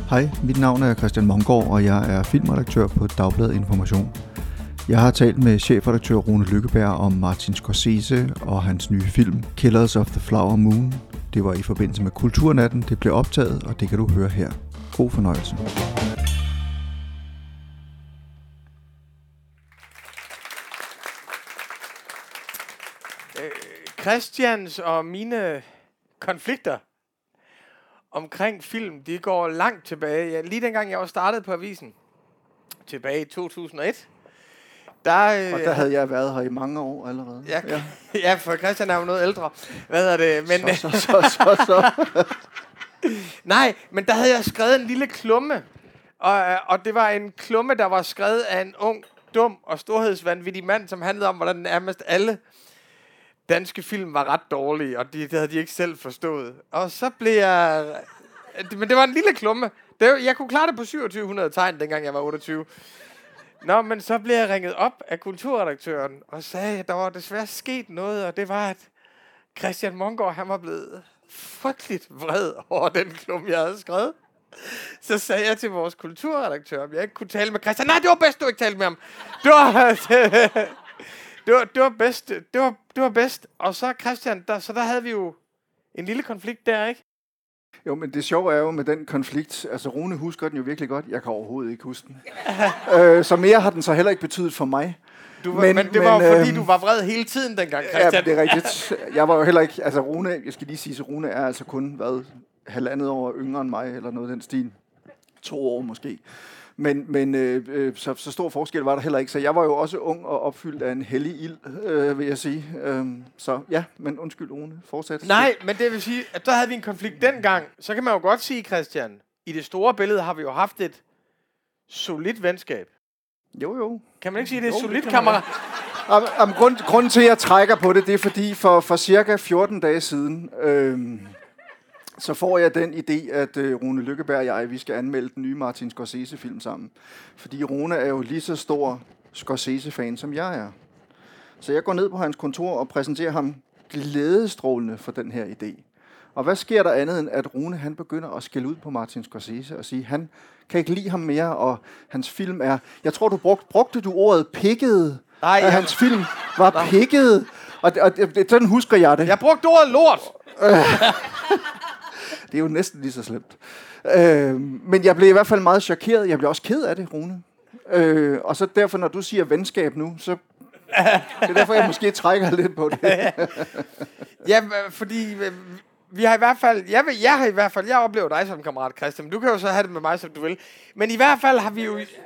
Hej, mit navn er Christian Mongård, og jeg er filmredaktør på Dagbladet Information. Jeg har talt med chefredaktør Rune Lykkeberg om Martin Scorsese og hans nye film Killers of the Flower Moon. Det var i forbindelse med Kulturnatten, det blev optaget, og det kan du høre her. God fornøjelse. Christians og mine konflikter omkring film, de går langt tilbage. Ja, lige dengang jeg var startet på avisen, tilbage i 2001. Der havde jeg været her i mange år allerede. Ja, for Christian er jo noget ældre. Hvad er det? Men, Så. Nej, men der havde jeg skrevet en lille klumme. Og det var en klumme, der var skrevet af en ung, dum og storhedsvanvittig mand, som handlede om, hvordan nærmest alle danske film var ret dårlige, og det havde de ikke selv forstået. Og så blev jeg... Men det var en lille klumme. Jeg kunne klare det på 2700 tegn, dengang jeg var 28. Nå, men så blev jeg ringet op af kulturredaktøren og sagde, at der var desværre sket noget, og det var, at Christian Mongård, han var blevet frygteligt vred over den klumme, jeg havde skrevet. Så sagde jeg til vores kulturredaktør, om jeg ikke kunne tale med Christian. Nej, det var bedst, du ikke talte med ham. Det var bedst. Og så Christian, der havde vi jo en lille konflikt der, ikke? Jo, men det sjove er jo med den konflikt, altså Rune husker den jo virkelig godt, jeg kan overhovedet ikke huske den. Så mere har den så heller ikke betydet for mig. Men det var jo fordi, du var vred hele tiden dengang, Christian. Ja, det er rigtigt. Jeg var jo heller ikke, altså Rune, jeg skal lige sige, så Rune er altså kun været halvandet år yngre end mig, eller noget af den stil. 2 år måske. Men så stor forskel var der heller ikke, så jeg var jo også ung og opfyldt af en hellig ild, vil jeg sige. Så ja, men undskyld Rune, fortsæt. Nej, men det vil sige, at der havde vi en konflikt dengang. Så kan man jo godt sige, Christian, i det store billede har vi jo haft et solidt venskab. Jo. Kan man ikke sige, det er solidt, kammerat? Grunden til, at jeg trækker på det, det er fordi for cirka 14 dage siden... så får jeg den idé, at Rune Lykkeberg og jeg, vi skal anmelde den nye Martin Scorsese-film sammen. Fordi Rune er jo lige så stor Scorsese-fan, som jeg er. Så jeg går ned på hans kontor og præsenterer ham glædestrålende for den her idé. Og hvad sker der andet, end at Rune han begynder at skælde ud på Martin Scorsese og sige, han kan ikke lide ham mere, og hans film er... Jeg tror, du brugte du ordet pikkede, at hans film var pikkede. Og sådan husker jeg det. Jeg brugte ordet lort! Det er jo næsten lige så slemt. Men jeg blev i hvert fald meget chokeret. Jeg blev også ked af det, Rune. Og så derfor, når du siger venskab nu, så det er derfor, jeg måske trækker lidt på det. Ja, fordi vi har i hvert fald... Jeg oplever dig som kammerat, Christian, men du kan jo så have det med mig, som du vil. Men i hvert fald har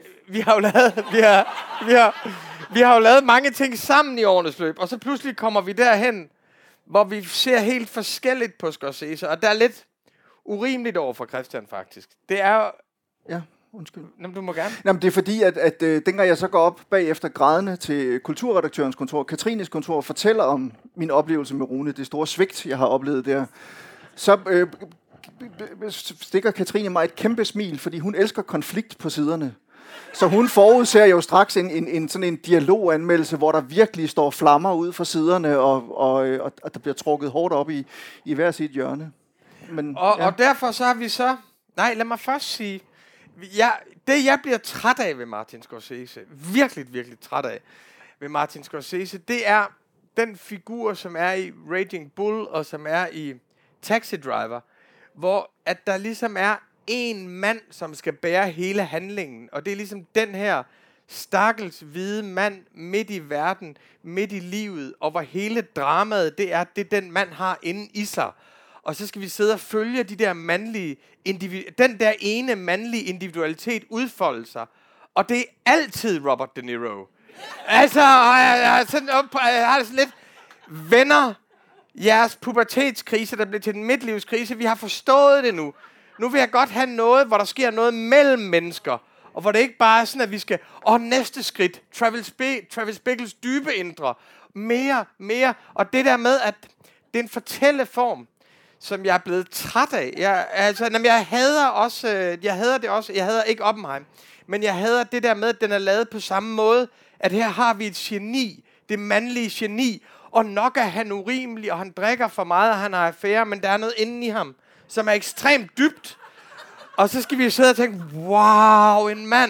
vi har jo lavet mange ting sammen i årenes løb, og så pludselig kommer vi derhen, hvor vi ser helt forskelligt på Scorsese, og der er lidt urimeligt over for Christian, faktisk. Det er jo... Ja, undskyld. Jamen, du må gerne. Jamen, det er fordi, at dengang jeg så går op bagefter grædende til kulturredaktørens kontor, Katrines kontor, og fortæller om min oplevelse med Rune, det store svigt, jeg har oplevet der, så stikker Katrine mig et kæmpe smil, fordi hun elsker konflikt på siderne. Så hun forudser jo straks en sådan en dialoganmeldelse, hvor der virkelig står flammer ud fra siderne, og der bliver trukket hårdt op i hver sit hjørne. Men, og derfor så har vi så... Nej, lad mig først sige... Det jeg bliver træt af ved Martin Scorsese, virkelig træt af ved Martin Scorsese, det er den figur, som er i Raging Bull, og som er i Taxi Driver, hvor at der ligesom er en mand, som skal bære hele handlingen, og det er ligesom den her stakkels hvide mand midt i verden, midt i livet, og hvor hele dramaet, det er den mand har inde i sig. Og så skal vi sidde og følge de der den der ene mandlige individualitet udfolde sig. Og det er altid Robert De Niro. Altså, jeg har det sådan lidt, venner, jeres pubertetskrise, der blev til en midtlivskrise, vi har forstået det nu. Nu vil jeg godt have noget, hvor der sker noget mellem mennesker. Og hvor det ikke bare er sådan, at vi skal... næste skridt. Travis Bickles dybe indre. Mere. Og det der med, at det er en fortælleform, som jeg er blevet træt af. Jeg hader det også. Jeg hader ikke Oppenheim. Men jeg hader det der med, at den er lavet på samme måde. At her har vi et geni. Det mandlige geni. Og nok er han urimelig, og han drikker for meget, og han har affære, men der er noget inde i ham, som er ekstremt dybt. Og så skal vi sidde og tænke, wow, en mand.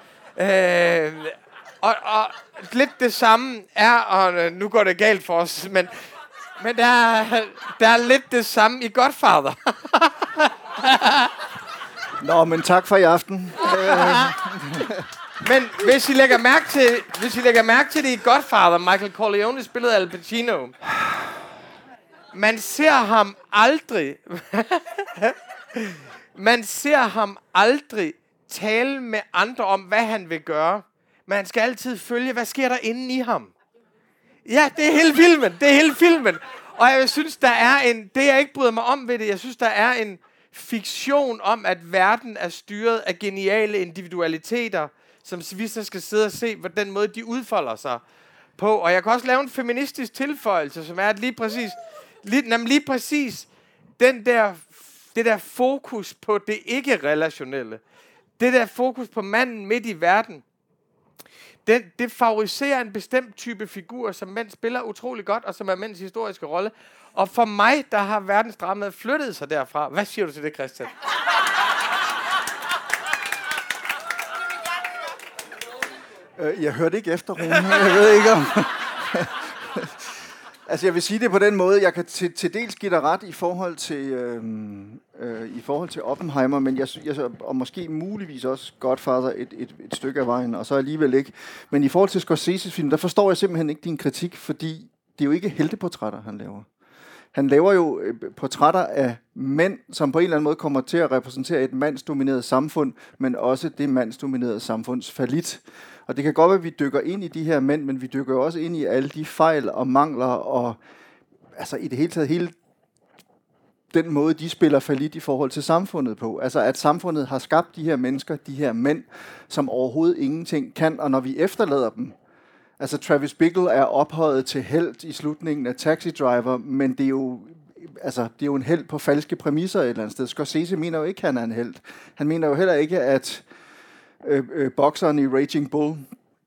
Og lidt det samme er, og nu går det galt for os, men der er lidt det samme i Godfather. Nå, men tak for i aften. Men hvis I lægger mærke til det i Godfather, Michael Corleone spillede Al Pacino. Man ser ham aldrig tale med andre om, hvad han vil gøre. Men han skal altid følge, hvad sker der inde i ham. Ja, det er hele filmen. Og jeg synes, det jeg ikke bryder mig om ved det, jeg synes, der er en fiktion om, at verden er styret af geniale individualiteter, som vi så skal sidde og se, på den måde, de udfolder sig på. Og jeg kan også lave en feministisk tilføjelse, som er at lige præcis det der fokus på det ikke-relationelle, det der fokus på manden midt i verden, det favoriserer en bestemt type figur, som mænd spiller utrolig godt, og som er mænds historiske rolle. Og for mig, der har verdensdramaet flyttet sig derfra. Hvad siger du til det, Christian? Jeg hørte ikke efter, Rune. Jeg ved ikke om... Altså, jeg vil sige det på den måde. Jeg kan til dels give dig ret i forhold til Oppenheimer, men og måske muligvis også Godfather et stykke af vejen, og så alligevel ikke. Men i forhold til Scorsese's film, der forstår jeg simpelthen ikke din kritik, fordi det er jo ikke helteportrætter, han laver. Han laver jo portrætter af mænd, som på en eller anden måde kommer til at repræsentere et mandsdomineret samfund, men også det mandsdominerede samfunds fallit. Og det kan godt være, at vi dykker ind i de her mænd, men vi dykker også ind i alle de fejl og mangler, og altså i det hele taget hele den måde, de spiller fallit i forhold til samfundet på. Altså at samfundet har skabt de her mennesker, de her mænd, som overhovedet ingenting kan, og når vi efterlader dem. Altså Travis Bickle er ophøjet til helt i slutningen af Taxi Driver, men det er jo en helt på falske præmisser et eller andet sted. Scorsese mener jo ikke, at han er en helt. Han mener jo heller ikke, at bokseren i Raging Bull,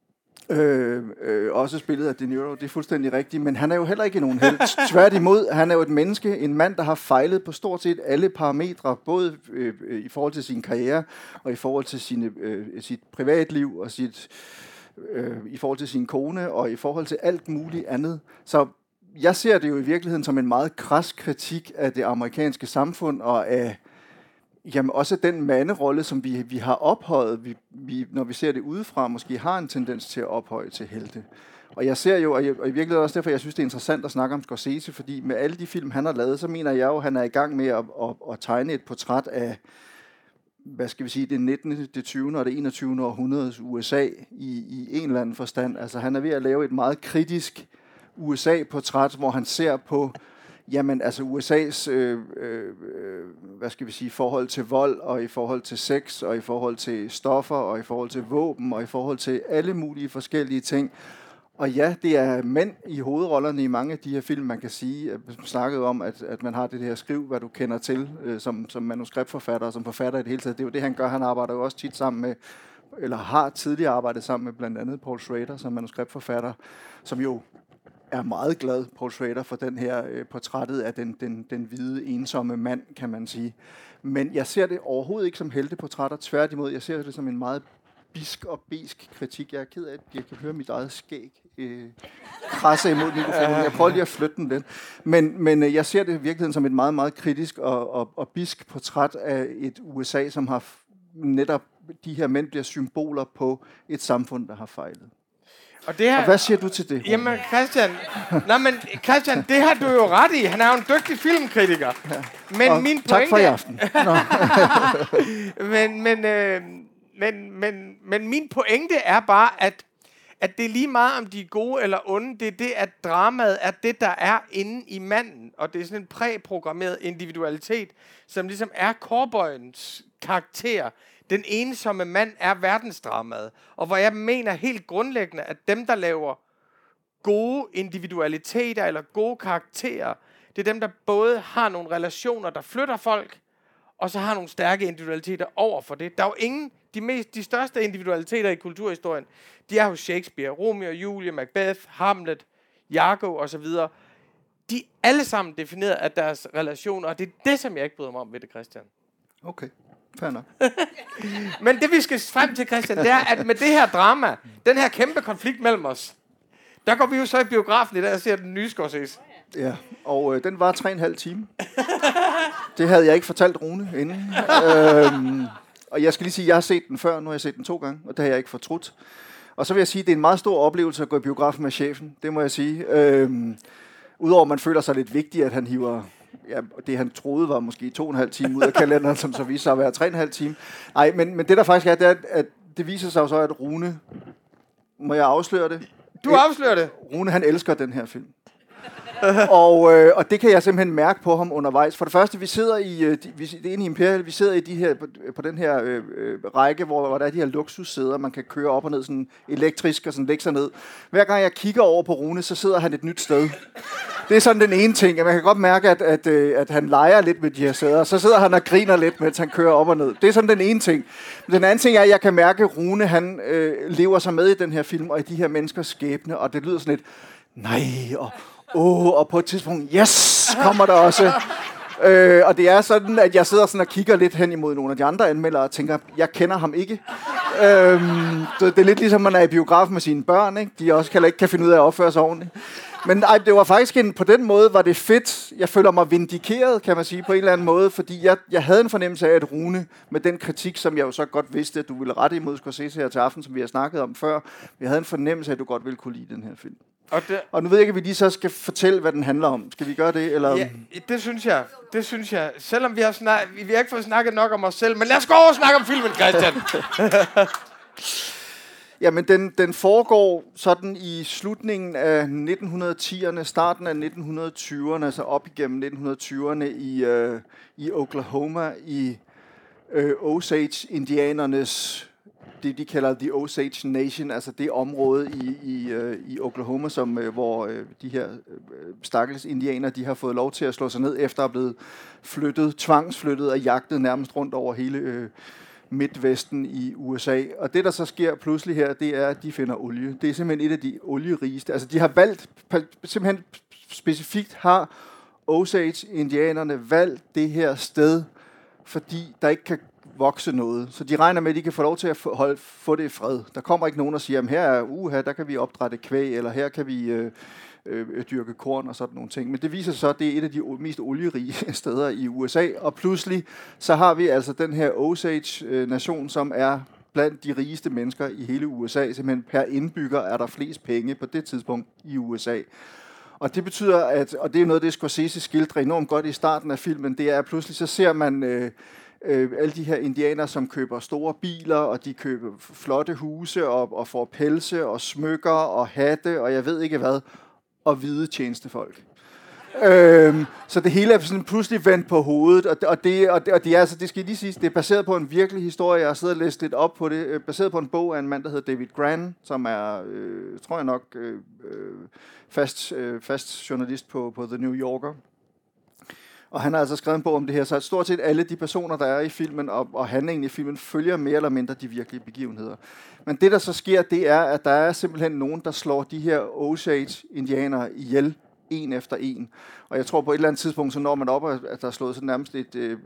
også spillet af De Niro, det er fuldstændig rigtigt, men han er jo heller ikke nogen helt. Tværtimod, han er jo et menneske, en mand, der har fejlet på stort set alle parametre, både i forhold til sin karriere, og i forhold til sit privatliv, og i forhold til sin kone, og i forhold til alt muligt andet. Så jeg ser det jo i virkeligheden som en meget kras kritik af det amerikanske samfund, og af også den manderolle, som vi har ophøjet, vi, når vi ser det udefra, måske har en tendens til at ophøje til helte. Og jeg ser jo, og i virkeligheden også derfor, jeg synes, det er interessant at snakke om Scorsese, fordi med alle de film, han har lavet, så mener jeg jo, at han er i gang med at tegne et portræt af, hvad skal vi sige, det 19., det 20. og det 21. århundredes USA i en eller anden forstand. Altså han er ved at lave et meget kritisk USA-portræt, hvor han ser på USA's hvad skal vi sige, forhold til vold, og i forhold til sex, og i forhold til stoffer, og i forhold til våben, og i forhold til alle mulige forskellige ting. Og ja, det er mænd i hovedrollerne i mange af de her film, man kan sige, snakket om, at man har det her skriv, hvad du kender til, som manuskriptforfatter, og som forfatter i det hele taget. Det er jo det, han gør. Han arbejder jo også tit sammen med, eller har tidligere arbejdet sammen med blandt andet Paul Schrader som manuskriptforfatter, som jo er meget glad, Paul Schrader, for den her portrættet af den hvide, ensomme mand, kan man sige. Men jeg ser det overhovedet ikke som helteportrætter. Tværtimod, jeg ser det som en meget bisk og besk kritik. Jeg er ked af, at jeg kan høre mit eget skæg krasse imod mikrofonen. Jeg prøver lige at flytte den lidt. Men jeg ser det i virkeligheden som et meget, meget kritisk og bisk portræt af et USA, som har netop de her mænd bliver symboler på et samfund, der har fejlet. Og hvad siger du til det? Jamen Christian, det har du jo ret i. Han er jo en dygtig filmkritiker. Ja. Men min pointe, tak for i aften. men min pointe er bare, at det er lige meget, om de er gode eller onde. Det er det, at dramaet er det, der er inde i manden. Og det er sådan en præprogrammeret individualitet, som ligesom er cowboyens karakter. Den ensomme mand er verdensdramaet. Og hvor jeg mener helt grundlæggende, at dem, der laver gode individualiteter eller gode karakterer, det er dem, der både har nogle relationer, der flytter folk, og så har nogle stærke individualiteter over for det. Der er jo ingen, de største individualiteter i kulturhistorien, de er hos Shakespeare, Romeo og Julie, Macbeth, Hamlet, Iago osv. De er alle sammen defineret af deres relationer, og det er det, som jeg ikke bryder mig om ved det, Christian. Okay. fair nok. Men det vi skal frem til, Christian, det er, at med det her drama, den her kæmpe konflikt mellem os, der går vi jo så i biografen i dag og ser den nye Scorsese. Ja, og den var 3,5 timer. Det havde jeg ikke fortalt Rune inden. Og jeg skal lige sige, at jeg har set den før, nu har jeg set den 2 gange, og det har jeg ikke fortrudt. Og så vil jeg sige, at det er en meget stor oplevelse at gå i biografen med chefen, det må jeg sige. Udover at man føler sig lidt vigtig, at han hiver det han troede var måske 2,5 timer ud af kalenderen, som så viser sig at være 3,5 timer. Nej, men det der faktisk er, det er, at det viser sig jo så, at Rune, må jeg afsløre det? Du afslører det. Rune, han elsker den her film. og det kan jeg simpelthen mærke på ham undervejs. For det første, vi sidder i Imperial, vi sidder i de her på den her række, hvor der er de her luksussæder, man kan køre op og ned sådan elektrisk og sådan lægge sig ned. Hver gang jeg kigger over på Rune, så sidder han et nyt sted. Det er sådan den ene ting, at man kan godt mærke, at han leger lidt med de her sæder, og så sidder han og griner lidt, mens han kører op og ned. Det er sådan den ene ting. Men den anden ting er, at jeg kan mærke, at Rune, han lever sig med i den her film, og i de her menneskers skæbne, og det lyder sådan lidt, nej, og på et tidspunkt, yes, kommer der også. Og det er sådan, at jeg sidder sådan og kigger lidt hen imod nogle af de andre anmeldere og tænker, jeg kender ham ikke. Det er lidt ligesom, man er i biografen med sine børn, ikke? De også ikke kan finde ud af at opføre sig ordentligt. Men det var faktisk på den måde, var det fedt. Jeg føler mig vindikeret, kan man sige, på en eller anden måde, fordi jeg havde en fornemmelse af, at Rune, med den kritik, som jeg jo så godt vidste, at du ville rette imod Scorsese her til aften, som vi har snakket om før, jeg havde en fornemmelse af, at du godt ville kunne lide den her film. Og nu ved jeg ikke, at vi lige så skal fortælle, hvad den handler om. Skal vi gøre det? Eller? Ja, det synes jeg. Selvom vi har ikke fået snakket nok om os selv, men lad os gå over og snakke om filmen, Christian. Jamen, den foregår sådan i slutningen af 1910'erne, starten af 1920'erne, altså op igennem 1920'erne i Oklahoma, i Osage-indianernes, det de kalder The Osage Nation, altså det område i Oklahoma, hvor de her stakkels indianer, de har fået lov til at slå sig ned, efter at have blevet tvangsflyttet og jagtet nærmest rundt over hele Midtvesten i USA. Og det, der så sker pludselig her, det er, at de finder olie. Det er simpelthen et af de olierigeste. Altså, de har valgt, simpelthen specifikt har Osage-indianerne valgt det her sted, fordi der ikke kan vokse noget. Så de regner med, at de kan få lov til at få det i fred. Der kommer ikke nogen, der siger, at her er der kan vi opdrætte kvæg, eller her kan vi dyrke korn og sådan nogle ting. Men det viser sig så, at det er et af de mest olierige steder i USA, og pludselig så har vi altså den her Osage-nation, som er blandt de rigeste mennesker i hele USA. Simpelthen per indbygger er der flest penge på det tidspunkt i USA. Og det betyder, og det er noget, det Scorsese skildrer enormt godt i starten af filmen, det er, at pludselig så ser man alle de her indianere, som køber store biler, og de køber flotte huse, og får pelse, og smykker, og hatte, og jeg ved ikke hvad, og hvide tjenestefolk. Så det hele er sådan pludselig vendt på hovedet, og det er altså, det skal lige sige, det er baseret på en virkelig historie. Jeg har siddet og læst lidt op på det, baseret på en bog af en mand, der hedder David Grann, som er, tror jeg nok, fast journalist på The New Yorker. Og han har altså skrevet en bog om det her, så stort set alle de personer, der er i filmen, og handlingen i filmen, følger mere eller mindre de virkelige begivenheder. Men det, der så sker, det er, at der er simpelthen nogen, der slår de her Osage-indianere ihjel, en efter en. Og jeg tror på et eller andet tidspunkt, så når man op, at der er slået sådan nærmest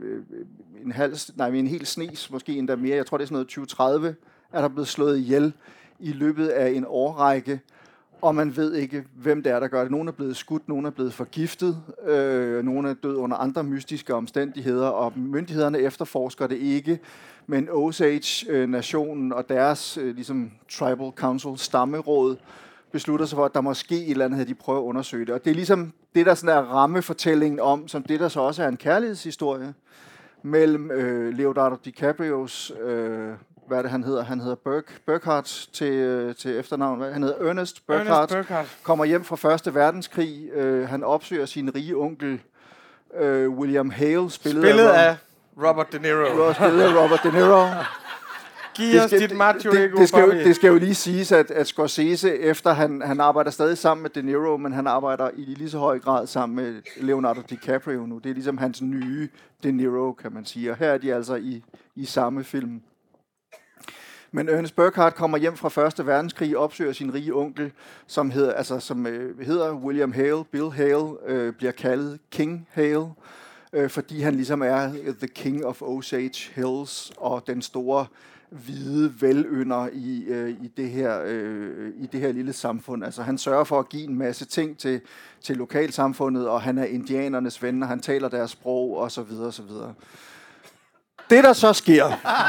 en hel snes, måske endda mere. Jeg tror, det er sådan noget 2030, er der blevet slået ihjel i løbet af en årrække. Og man ved ikke, hvem det er, der gør det. Nogle er blevet skudt, nogle er blevet forgiftet, nogle er død under andre mystiske omstændigheder, og myndighederne efterforsker det ikke. Men Osage-nationen og deres ligesom Tribal Council, stammeråd, beslutter sig for, at der måske et eller andet, at de prøver at undersøge det. Og det er ligesom det, der sådan er rammefortællingen om, som det, der så også er en kærlighedshistorie, mellem Leonardo DiCaprios, hvad er det, han hedder? Han hedder Burkhardt til efternavn. Han hedder Ernest Burkhardt. Kommer hjem fra 1. verdenskrig. Han opsøger sin rige onkel, William Hale, spillet af Robert De Niro. Spillet af Robert De Niro. Giv os dit macho-ego. Det skal jo lige siges, at Scorsese, efter han arbejder stadig sammen med De Niro, men han arbejder i lige så høj grad sammen med Leonardo DiCaprio nu. Det er ligesom hans nye De Niro, kan man sige. Og her er de altså i samme film. Men Ernest Burkhardt kommer hjem fra 1. verdenskrig og opsøger sin rige onkel, som hedder William Hale. Bill Hale bliver kaldet King Hale. fordi han ligesom er the king of Osage Hills, og den store hvide velynder i det her lille samfund. Altså han sørger for at give en masse ting til lokalsamfundet, og han er indianernes ven, og han taler deres sprog, og så videre, og så videre. Det der så sker...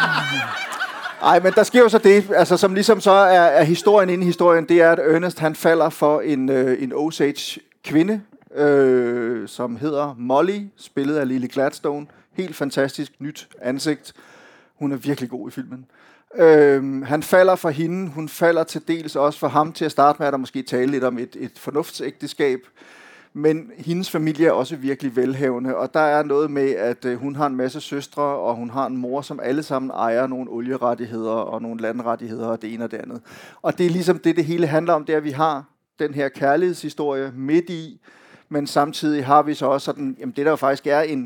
Ej, men der sker jo så det, altså, som ligesom så er historien inde i historien, det er, at Ernest han falder for en Osage kvinde, som hedder Molly, spillet af Lily Gladstone. Helt fantastisk nyt ansigt. Hun er virkelig god i filmen. Han falder for hende, hun falder til dels også for ham. Til at starte med, at der måske tale lidt om et fornuftsægteskab. Men hendes familie er også virkelig velhavende, og der er noget med, at hun har en masse søstre, og hun har en mor, som alle sammen ejer nogle olierettigheder og nogle landrettigheder og det ene og det andet. Og det er ligesom det hele handler om, det er, at vi har den her kærlighedshistorie midt i, men samtidig har vi så også sådan, jamen det der jo faktisk er en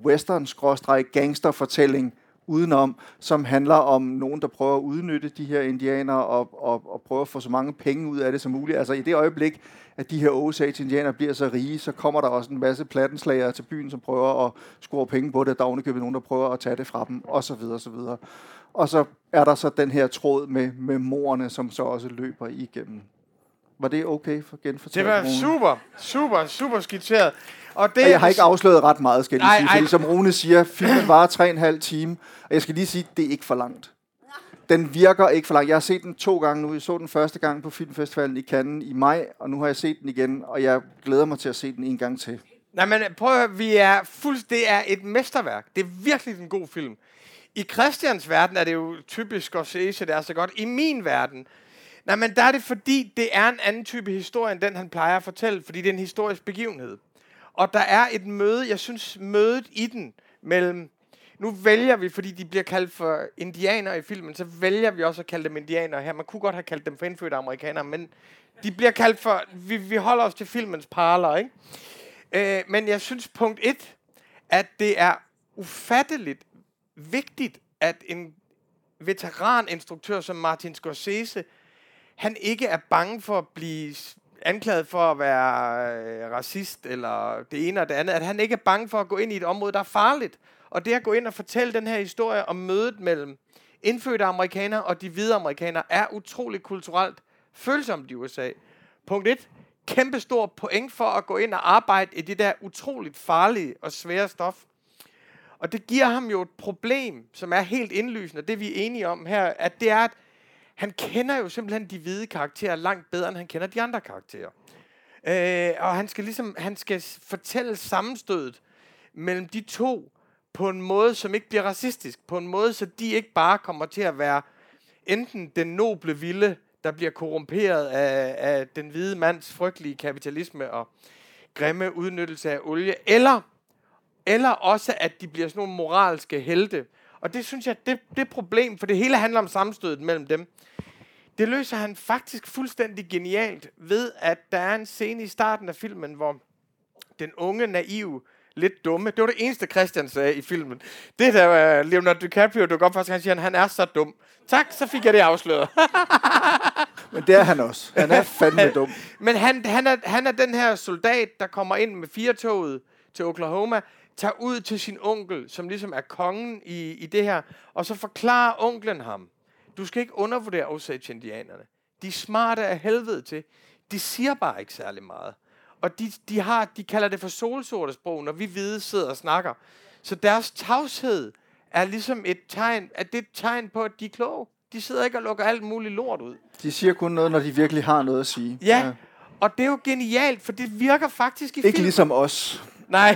western-gangsterfortælling udenom, som handler om nogen, der prøver at udnytte de her indianere og prøver at få så mange penge ud af det som muligt. Altså i det øjeblik, at de her Osage-indianere bliver så rige, så kommer der også en masse plattenslagere til byen, som prøver at score penge på det. Der er ovenikøbet nogen, der prøver at tage det fra dem, og så videre, og så videre. Og så er der så den her tråd med morerne, som så også løber igennem. Var det okay for genfortalt? Det var super skitseret. Og jeg har ikke afsløret ret meget, skal jeg lige sige, fordi som Rune siger, filmen varer 3,5 timer, og jeg skal lige sige, det er ikke for langt. Den virker ikke for langt. Jeg har set den 2 gange nu. Jeg så den første gang på Filmfestivalen i Cannes i maj, og nu har jeg set den igen, og jeg glæder mig til at se den en gang til. Nej, men prøv at høre, det er et mesterværk. Det er virkelig en god film. I Christians verden er det jo typisk Scorsese, det er så godt. I min verden, nej, men der er det fordi, det er en anden type historie, end den han plejer at fortælle, fordi det er en historisk begivenhed. Og der er et møde, jeg synes mødet i den mellem, nu vælger vi, fordi de bliver kaldt for indianere i filmen, så vælger vi også at kalde dem indianere her. Man kunne godt have kaldt dem for indfødte amerikanere, men de bliver kaldt for, vi holder os til filmens parler, ikke? Men jeg synes punkt 1, at det er ufatteligt vigtigt, at en veteraninstruktør som Martin Scorsese, han ikke er bange for at blive anklaget for at være racist eller det ene og det andet, at han ikke er bange for at gå ind i et område, der er farligt. Og det at gå ind og fortælle den her historie om mødet mellem indfødte amerikanere og de hvide amerikanere er utroligt kulturelt følsomt i USA. Punkt 1. Kæmpe stor point for at gå ind og arbejde i det der utroligt farlige og svære stof. Og det giver ham jo et problem, som er helt indlysende, det vi er enige om her, at det er, at han kender jo simpelthen de hvide karakterer langt bedre, end han kender de andre karakterer. Og han skal fortælle sammenstødet mellem de to på en måde, som ikke bliver racistisk. På en måde, så de ikke bare kommer til at være enten den noble vilde, der bliver korrumperet af den hvide mands frygtelige kapitalisme og grimme udnyttelse af olie, eller også, at de bliver sådan nogle moralske helte. Og det synes jeg, det er problem, for det hele handler om sammenstødet mellem dem. Det løser han faktisk fuldstændig genialt ved, at der er en scene i starten af filmen, hvor den unge, naive, lidt dumme, det var det eneste Christian sagde i filmen. Det der var Leonardo DiCaprio, du går op, han siger, han er så dum. Tak, så fik jeg det afsløret. Men det er han også. Han er fandme dum. Men han er den her soldat, der kommer ind med 4-toget til Oklahoma, tager ud til sin onkel, som ligesom er kongen i det her, og så forklarer onklen ham, du skal ikke undervurdere Osage-indianerne. De er smarte af helvede til. De siger bare ikke særlig meget. Og de kalder det for solsortesprog, når vi hvide sidder og snakker. Så deres tavshed er ligesom et tegn på, at de er kloge. De sidder ikke og lukker alt muligt lort ud. De siger kun noget, når de virkelig har noget at sige. Ja. Og det er jo genialt, for det virker faktisk i film. Ikke ligesom os. Nej.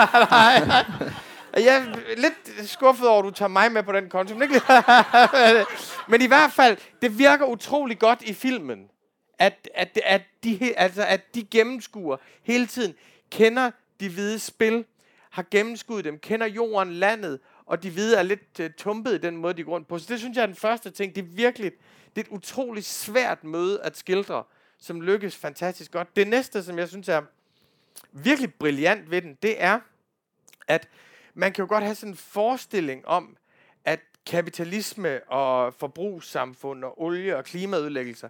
Jeg er lidt skuffet over, at du tager mig med på den konto. Men i hvert fald, det virker utrolig godt i filmen, at de gennemskuer hele tiden, kender de hvide spil, har gennemskuet dem, kender jorden, landet, og de hvide er lidt tumpet i den måde, de går rundt på. Så det synes jeg er den første ting. Det er et utroligt svært møde at skildre, som lykkes fantastisk godt. Det næste, som jeg synes er virkelig brilliant ved den, det er, at man kan jo godt have sådan en forestilling om, at kapitalisme og forbrugssamfund og olie og klimaødelæggelser,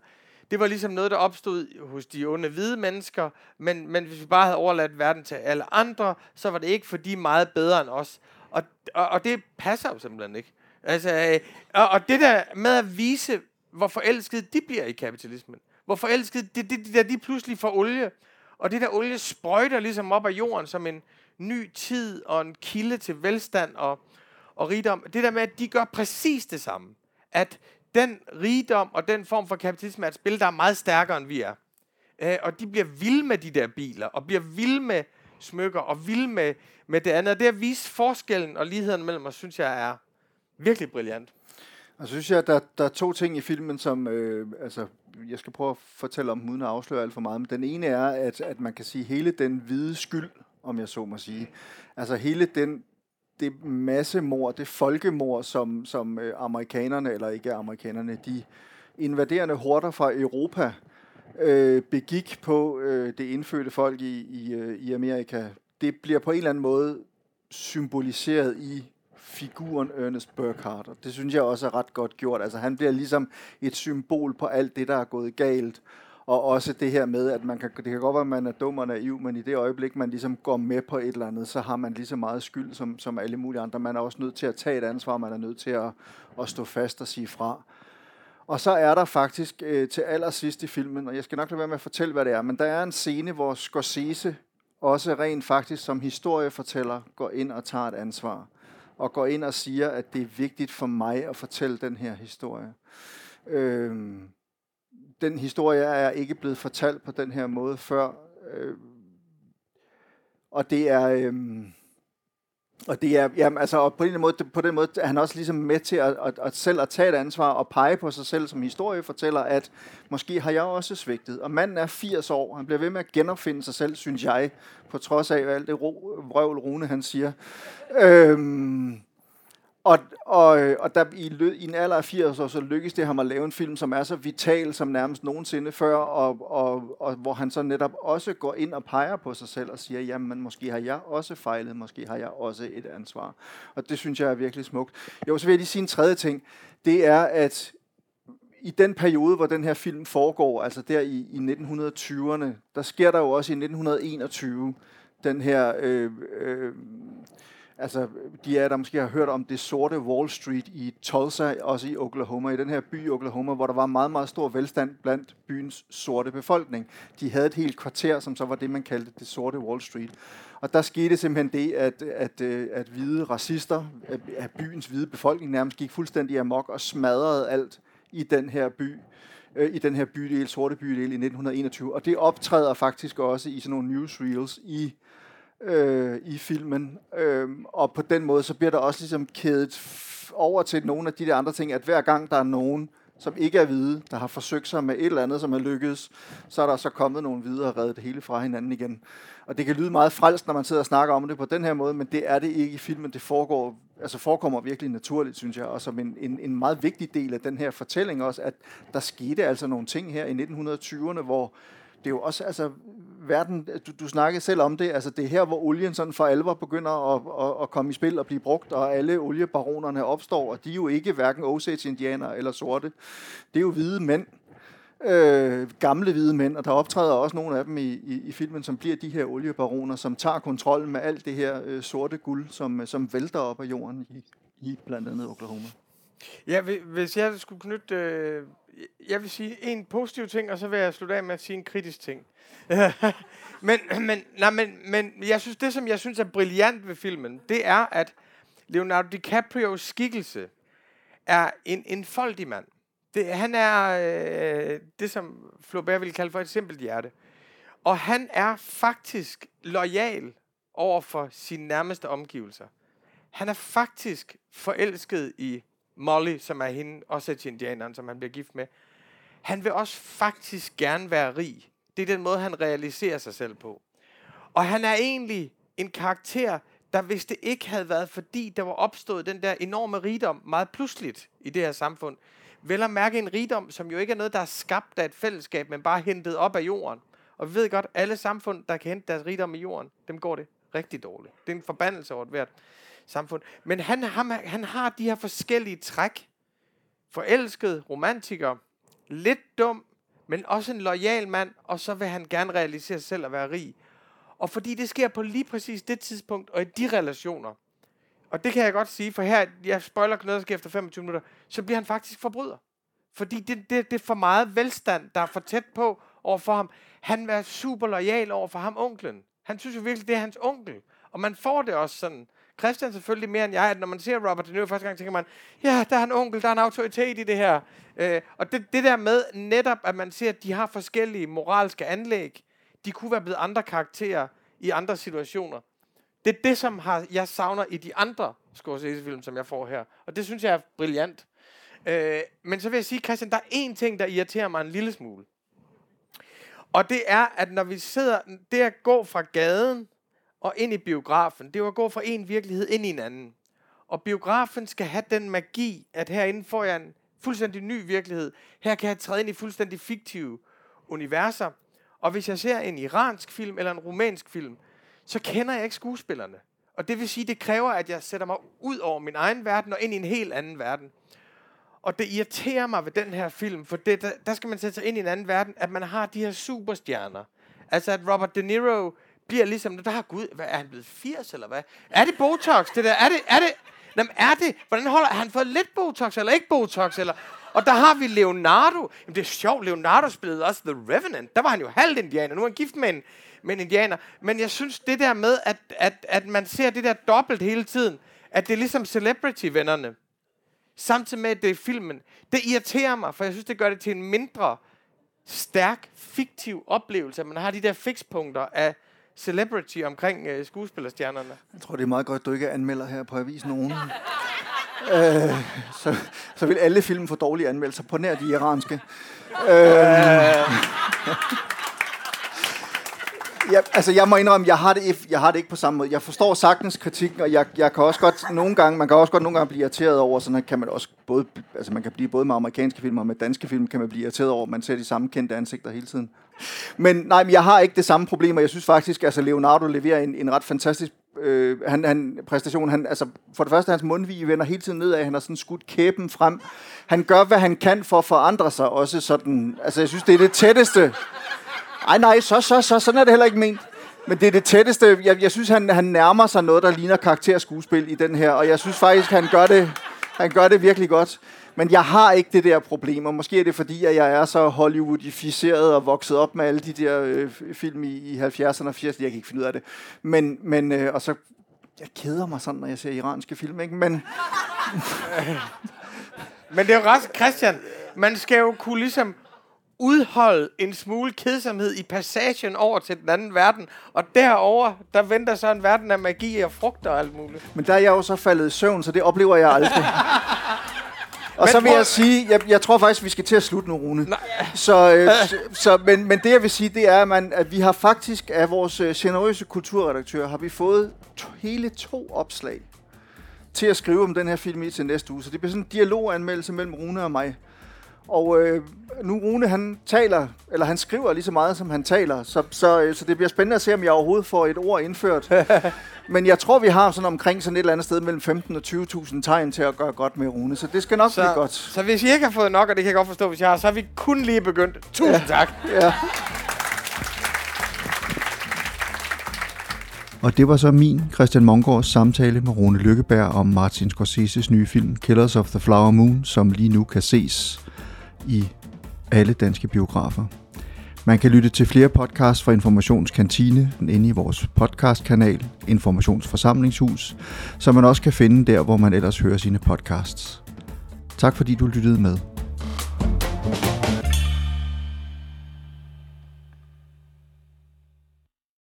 det var ligesom noget, der opstod hos de onde hvide mennesker, men hvis vi bare havde overladt verden til alle andre, så var det ikke, for de er meget bedre end os. Og det passer jo simpelthen ikke. Altså, og det der med at vise, hvor forelskede de bliver i kapitalismen, hvor forelskede de pludselig får olie, og det der olie sprøjter ligesom op af jorden som en ny tid og en kilde til velstand og rigdom. Det der med, at de gør præcis det samme. At den rigdom og den form for kapitalisme er et spil, der er meget stærkere, end vi er. Og de bliver vilde med de der biler, og bliver vilde med smykker, og vilde med det andet. Og det at vise forskellen og ligheden mellem os, synes jeg er virkelig brilliant. Og så synes jeg, at der er to ting i filmen, som jeg skal prøve at fortælle om, uden at afsløre alt for meget. Men den ene er, at man kan sige, hele den hvide skyld, om jeg så må sige. Altså hele det massemord, det folkemord, som amerikanerne, eller ikke amerikanerne, de invaderende horder fra Europa begik på det indfødte folk i Amerika. Det bliver på en eller anden måde symboliseret i figuren Ernest Burkhardt, og det synes jeg også er ret godt gjort. Altså han bliver ligesom et symbol på alt det, der er gået galt, og også det her med, at det kan godt være, at man er dum og naiv, men i det øjeblik, man ligesom går med på et eller andet, så har man lige så meget skyld som alle mulige andre. Man er også nødt til at tage et ansvar, man er nødt til at stå fast og sige fra. Og så er der faktisk til allersidst i filmen, og jeg skal nok lade være med at fortælle, hvad det er, men der er en scene, hvor Scorsese også rent faktisk som historiefortæller går ind og tager et ansvar, og går ind og siger, at det er vigtigt for mig at fortælle den her historie. Den historie er ikke blevet fortalt på den her måde før, og det er... og på den måde er han også ligesom med til at selv at tage et ansvar og pege på sig selv som historiefortæller, at måske har jeg også svigtet. Og manden er 80 år, han bliver ved med at genopfinde sig selv, synes jeg, på trods af alt det vrøvl Rune han siger. Og der i en alder af 80 år, så lykkes det ham at lave en film, som er så vital som nærmest nogensinde før, og hvor han så netop også går ind og peger på sig selv og siger, jamen måske har jeg også fejlet, måske har jeg også et ansvar. Og det synes jeg er virkelig smukt. Jo, så vil jeg lige sige en tredje ting. Det er, at i den periode, hvor den her film foregår, altså der i 1920'erne, der sker der jo også i 1921 den her... der måske har hørt om det sorte Wall Street i Tulsa, også i Oklahoma, i den her by i Oklahoma, hvor der var meget, meget stor velstand blandt byens sorte befolkning. De havde et helt kvarter, som så var det, man kaldte det sorte Wall Street. Og der skete simpelthen det, at hvide racister, at byens hvide befolkning nærmest gik fuldstændig amok og smadrede alt i den her by. I den her bydel, sorte bydel i 1921. Og det optræder faktisk også i sådan nogle newsreels i filmen, og på den måde så bliver der også ligesom kædet over til nogle af de der andre ting, at hver gang der er nogen, som ikke er hvide, der har forsøgt sig med et eller andet, som er lykkedes, så er der så kommet nogle hvide og reddet det hele fra hinanden igen. Og det kan lyde meget frelst, når man sidder og snakker om det på den her måde, men det er det ikke i filmen. Det forekommer virkelig naturligt, synes jeg, og som en meget vigtig del af den her fortælling også, at der skete altså nogle ting her i 1920'erne, hvor det er jo også, verden, du snakkede selv om det, altså det er her, hvor olien sådan for alvor begynder at komme i spil og blive brugt, og alle oliebaronerne opstår, og de er jo ikke hverken Osage-indianere eller sorte. Det er jo hvide mænd, gamle hvide mænd, og der optræder også nogle af dem i filmen, som bliver de her oliebaroner, som tager kontrollen med alt det her sorte guld, som vælter op af jorden i blandt andet Oklahoma. Ja, hvis jeg skulle knytte... jeg vil sige en positiv ting, og så vil jeg slutte af med at sige en kritisk ting. men jeg synes, det, som jeg synes er brilliant ved filmen, det er, at Leonardo DiCaprios skikkelse er en enfoldig mand. Han er det, som Flaubert ville kalde for et simpelt hjerte. Og han er faktisk loyal over for sine nærmeste omgivelser. Han er faktisk forelsket i Molly, som er hende, også til indianeren, som han bliver gift med. Han vil også faktisk gerne være rig. Det er den måde, han realiserer sig selv på. Og han er egentlig en karakter, der hvis det ikke havde været, fordi der var opstået den der enorme rigdom meget pludseligt i det her samfund, vel at mærke en rigdom, som jo ikke er noget, der er skabt af et fællesskab, men bare hentet op af jorden. Og vi ved godt, alle samfund, der kan hente deres rigdom i jorden, dem går det rigtig dårligt. Det er en forbandelse over hvert samfund. Men han har de her forskellige træk. Forelsket, romantiker, lidt dum, men også en loyal mand, og så vil han gerne realisere sig selv og være rig. Og fordi det sker på lige præcis det tidspunkt, og i de relationer, og det kan jeg godt sige, for her, jeg spoiler noget, der sker efter 25 minutter, så bliver han faktisk forbryder. Fordi det er for meget velstand, der er for tæt på over for ham. Han er super loyal over for ham, onklen. Han synes jo virkelig, det er hans onkel. Og man får det også sådan. Christian selvfølgelig mere end jeg, at når man ser Robert De Niro første gang, tænker man, ja, der er en onkel, der er en autoritet i det her. Og det der med netop, at man ser, at de har forskellige moralske anlæg, de kunne være blevet andre karakterer i andre situationer. Det er det, som jeg savner i de andre Scorsese-film, som jeg får her. Og det synes jeg er brilliant. Men så vil jeg sige, Christian, der er én ting, der irriterer mig en lille smule. Og det er, at når vi sidder, det er at gå fra gaden og ind i biografen, det er at gå fra en virkelighed ind i en anden. Og biografen skal have den magi, at herinde får jeg en fuldstændig ny virkelighed. Her kan jeg træde ind i fuldstændig fiktive universer. Og hvis jeg ser en iransk film eller en rumænsk film, så kender jeg ikke skuespillerne. Og det vil sige, det kræver, at jeg sætter mig ud over min egen verden og ind i en helt anden verden. Og det irriterer mig ved den her film, for der skal man sætte sig ind i en anden verden, at man har de her superstjerner. Altså at Robert De Niro bliver ligesom, der har Gud, hvad er han blevet 80 eller hvad? Er det Botox, det der? Jamen er det? Hvordan har han fået lidt Botox eller ikke Botox? Eller? Og der har vi Leonardo. Jamen det er sjovt, Leonardo spillede også The Revenant. Der var han jo halvt indianer, nu er han gift med en indianer. Men jeg synes det der med, at man ser det der dobbelt hele tiden, at det er ligesom Celebrity-vennerne, samtidig med, at det er filmen. Det irriterer mig, for jeg synes, det gør det til en mindre stærk, fiktiv oplevelse, at man har de der fikspunkter af Celebrity omkring skuespillerstjernerne. Jeg tror, det er meget godt, at du ikke anmelder her på Avisen nogen. Så vil alle film få dårlige anmeldelser, på nær de iranske. Ja, altså jeg må indrømme, jeg har det ikke på samme måde. Jeg forstår sagtens kritikken, og jeg kan også godt nogle gange blive irriteret over, sådan kan man også både, altså man kan blive både med amerikanske film og med danske film, kan man blive irriteret over, at man ser de samme kendte ansigter hele tiden. Men jeg har ikke det samme problem, og jeg synes faktisk, altså Leonardo leverer en ret fantastisk præstation. Altså for det første, hans mundvige vender hele tiden nedad, han har sådan skudt kæben frem. Han gør, hvad han kan for at forandre sig, også sådan, altså jeg synes, det er det tætteste. Nej, sådan er det heller ikke ment. Men det er det tætteste. Jeg synes, han nærmer sig noget, der ligner karakterskuespil i den her, og jeg synes faktisk, han gør det virkelig godt. Men jeg har ikke det der problem, og måske er det fordi, at jeg er så Hollywoodificeret og vokset op med alle de der film i 70'erne og 80'erne. Jeg kan ikke finde ud af det. Men og så jeg keder mig sådan, når jeg ser iranske film, ikke? Men det er jo ret, Christian. Man skal jo kunne ligesom udholde en smule kedsomhed i passagen over til den anden verden, og derover der venter så en verden af magi og frugter og alt muligt. Men der er jeg jo så faldet i søvn, så det oplever jeg aldrig. Og så vil jeg sige, jeg tror faktisk, vi skal til at slutte nu, Rune. Men det jeg vil sige, det er, at vi har faktisk af vores generøse kulturredaktør, har vi fået hele 2 opslag til at skrive om den her film i til næste uge. Så det bliver sådan en dialoganmeldelse mellem Rune og mig. Og nu Rune, han taler, eller han skriver lige så meget, som han taler, så det bliver spændende at se, om jeg overhovedet får et ord indført. Men jeg tror, vi har sådan omkring sådan et eller andet sted mellem 15 og 20.000 tegn til at gøre godt med Rune, så det skal nok blive godt. Så hvis I ikke har fået nok, og det kan jeg godt forstå, hvis jeg har, så har vi kun lige begyndt. Tusind tak. Ja. Og det var så min, Christian Mongårds, samtale med Rune Lykkeberg om Martin Scorseses nye film Killers of the Flower Moon, som lige nu kan ses i alle danske biografer. Man kan lytte til flere podcasts fra Informationskantine inde i vores podcastkanal Informationsforsamlingshus, som man også kan finde der, hvor man ellers hører sine podcasts. Tak fordi du lyttede med.